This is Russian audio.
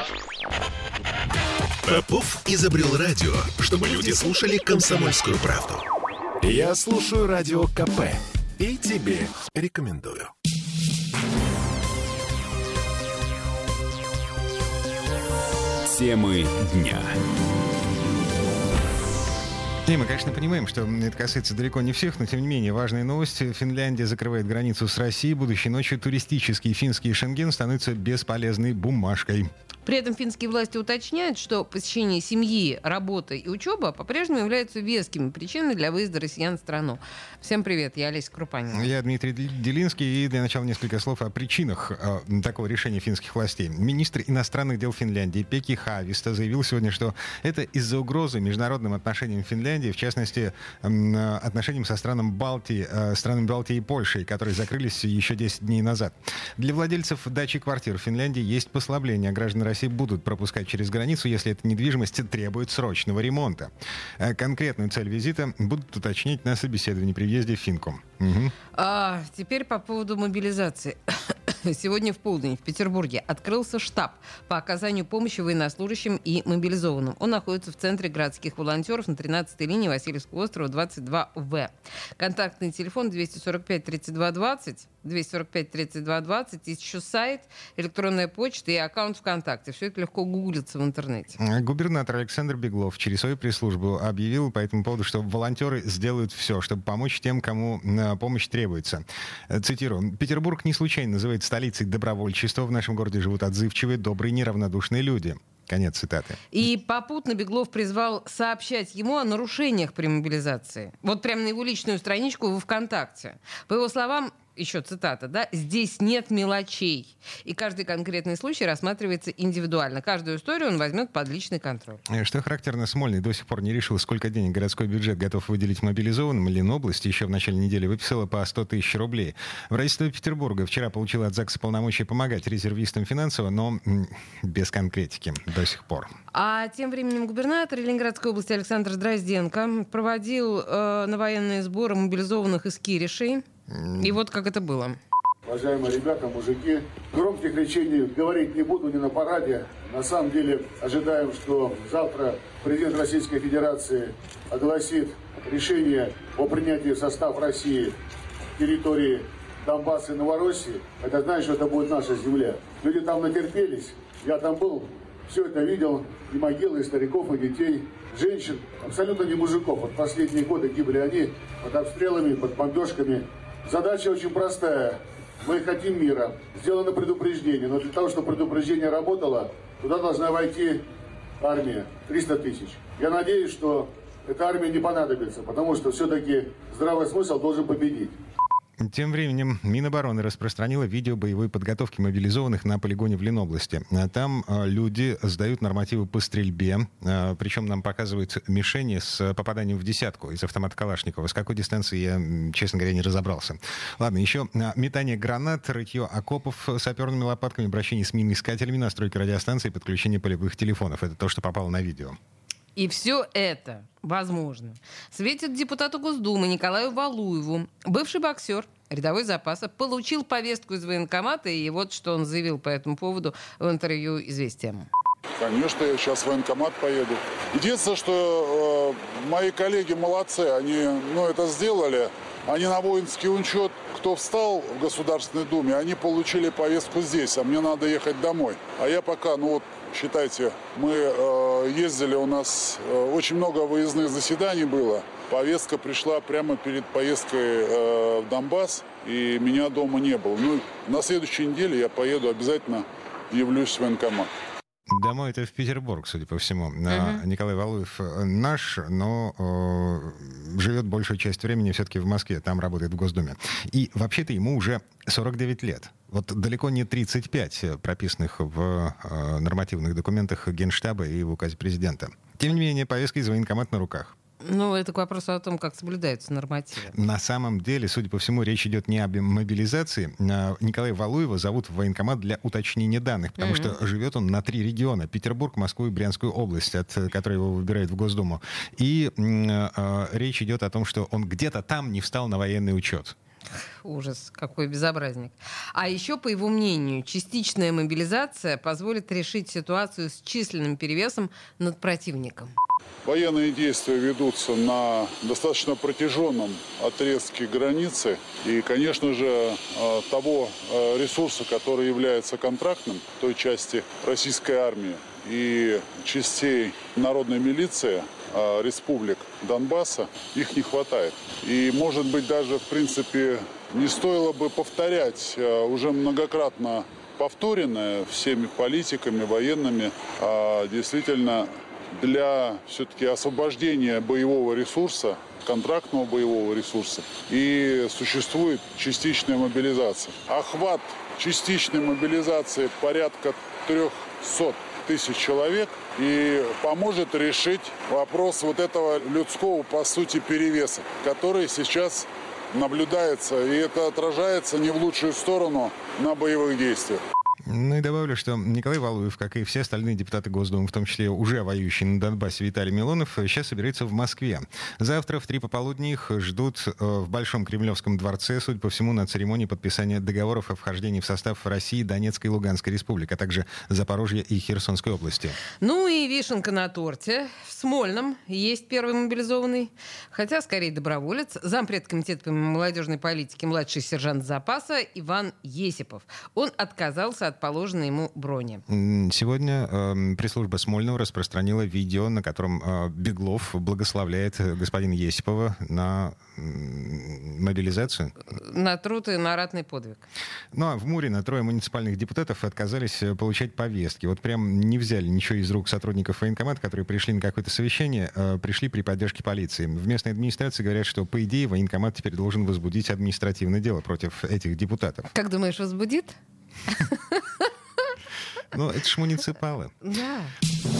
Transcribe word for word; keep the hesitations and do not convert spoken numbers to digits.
Попов изобрел радио, чтобы люди слушали комсомольскую правду. Я слушаю радио КП и тебе рекомендую. Темы дня. И мы, конечно, понимаем, что это касается далеко не всех, но, тем не менее, важная новость. Финляндия закрывает границу с Россией. Будущей ночью туристический финский Шенген становится бесполезной бумажкой. При этом финские власти уточняют, что посещение семьи, работа и учеба по-прежнему являются вескими причинами для выезда россиян в страну. Всем привет, я Олеся Крупанина. Я Дмитрий Делинский, и для начала несколько слов о причинах э, такого решения финских властей. Министр иностранных дел Финляндии Пекки Хааvisto заявил сегодня, что это из-за угрозы международным отношениям Финляндии, в частности, э, отношениям со странами Балтии, э, странами Балтии и Польшей, которые закрылись еще десять дней назад. Для владельцев дач и квартир в Финляндии есть послабление. Граждан России будут пропускать через границу, если эта недвижимость требует срочного ремонта. Конкретную цель визита будут уточнять на собеседовании при въезде в Финку. Угу. А, теперь по поводу мобилизации. Сегодня в полдень в Петербурге открылся штаб по оказанию помощи военнослужащим и мобилизованным. Он находится в центре городских волонтеров на тринадцатой линии Васильевского острова двадцать два В. Контактный телефон двести сорок пять тридцать два двадцать, двести сорок пять тридцать два двадцать. Есть еще сайт, электронная почта и аккаунт ВКонтакте. Все это легко гуглится в интернете. Губернатор Александр Беглов через свою пресс-службу объявил по этому поводу, что волонтеры сделают все, чтобы помочь тем, кому помощь требуется. Цитирую. «Петербург не случайно называется столицей добровольчества. В нашем городе живут отзывчивые, добрые, неравнодушные люди». Конец цитаты. И попутно Беглов призвал сообщать ему о нарушениях при мобилизации. Вот прямо на его личную страничку во ВКонтакте. По его словам, еще цитата, да, «здесь нет мелочей». И каждый конкретный случай рассматривается индивидуально. Каждую историю он возьмет под личный контроль. Что характерно, Смольный до сих пор не решил, сколько денег городской бюджет готов выделить мобилизованным. Ленобласть еще в начале недели выписала по сто тысяч рублей. Правительство Петербурга вчера получило от ЗАГСа полномочия помогать резервистам финансово, но без конкретики до сих пор. А тем временем губернатор Ленинградской области Александр Дрозденко проводил э, на военные сборы мобилизованных из Киришей. И вот как это было. Уважаемые ребята, мужики, громких речей говорить не буду ни на параде. На самом деле ожидаем, что завтра президент Российской Федерации огласит решение о принятии в состав России территории Донбасса и Новороссии. Это значит, что это будет наша земля. Люди там натерпелись. Я там был, все это видел. И могилы, и стариков, и детей, женщин. Абсолютно не мужиков. Вот последние годы гибли они под обстрелами, под бомбежками. Задача очень простая. Мы хотим мира. Сделано предупреждение. Но для того, чтобы предупреждение работало, туда должна войти армия. триста тысяч. Я надеюсь, что эта армия не понадобится, потому что все-таки здравый смысл должен победить. Тем временем Минобороны распространила видео боевой подготовки мобилизованных на полигоне в Ленобласти. Там люди сдают нормативы по стрельбе, причем нам показывают мишени с попаданием в десятку из автомата Калашникова. С какой дистанции я, честно говоря, не разобрался. Ладно, еще метание гранат, рытье окопов саперными лопатками, обращение с миноискателями, настройка радиостанции, подключение полевых телефонов. Это то, что попало на видео. И все это, возможно, светит депутату Госдумы Николаю Валуеву. Бывший боксер, рядовой запаса, получил повестку из военкомата, и вот что он заявил по этому поводу в интервью «Известиям». Конечно, я сейчас в военкомат поеду. Единственное, что э, мои коллеги молодцы, они ну, это сделали. Они на воинский учет, кто встал в Государственной Думе, они получили повестку здесь, а мне надо ехать домой. А я пока, ну вот, считайте, мы э, ездили, у нас э, очень много выездных заседаний было. Повестка пришла прямо перед поездкой э, в Донбасс, и меня дома не было. Ну, на следующей неделе я поеду, обязательно явлюсь в военкомат. Домой это в Петербург, судя по всему. Uh-huh. Николай Валуев наш, но э, живет большую часть времени все-таки в Москве, там работает в Госдуме. И вообще-то ему уже сорок девять лет. Вот далеко не тридцать пять, прописанных в э, нормативных документах Генштаба и в указе президента. Тем не менее, повестка из военкомата на руках. Ну, это к вопросу о том, как соблюдаются нормативы. На самом деле, судя по всему, речь идет не об мобилизации. Николая Валуева зовут в военкомат для уточнения данных, потому mm-hmm. что живет он на три региона: Петербург, Москву и Брянскую область, от которой его выбирают в Госдуму. И э, речь идет о том, что он где-то там не встал на военный учет. Ужас, какой безобразник. А еще, по его мнению, частичная мобилизация позволит решить ситуацию с численным перевесом над противником. Военные действия ведутся на достаточно протяженном отрезке границы. И, конечно же, того ресурса, который является контрактным, той части российской армии и частей народной милиции республик Донбасса, их не хватает. И, может быть, даже, в принципе, не стоило бы повторять уже многократно повторенное всеми политиками, военными, а действительно для все-таки освобождения боевого ресурса, контрактного боевого ресурса, и существует частичная мобилизация. Охват частичной мобилизации порядка трехсот тысяч человек и поможет решить вопрос вот этого людского, по сути, перевеса, который сейчас наблюдается, и это отражается не в лучшую сторону на боевых действиях. Ну и добавлю, что Николай Валуев, как и все остальные депутаты Госдумы, в том числе уже воюющий на Донбассе Виталий Милонов, сейчас собирается в Москве. Завтра в три пополудни их ждут в Большом Кремлевском дворце, судя по всему, на церемонии подписания договоров о вхождении в состав России, Донецкой и Луганской республик, а также Запорожья и Херсонской области. Ну и вишенка на торте. В Смольном есть первый мобилизованный, хотя скорее доброволец, зампред комитета по молодежной политике, младший сержант запаса Иван Есипов. Он отказался от положенной ему брони. Сегодня э, пресс-служба Смольного распространила видео, на котором э, Беглов благословляет господина Есипова на э, мобилизацию. На труд и на ратный подвиг. Ну а в Мурино трое муниципальных депутатов отказались получать повестки. Вот прям не взяли ничего из рук сотрудников военкомата, которые пришли на какое-то совещание, э, пришли при поддержке полиции. В местной администрации говорят, что, по идее, военкомат теперь должен возбудить административное дело против этих депутатов. Как думаешь, возбудит? Ну, это ж муниципалы. Да.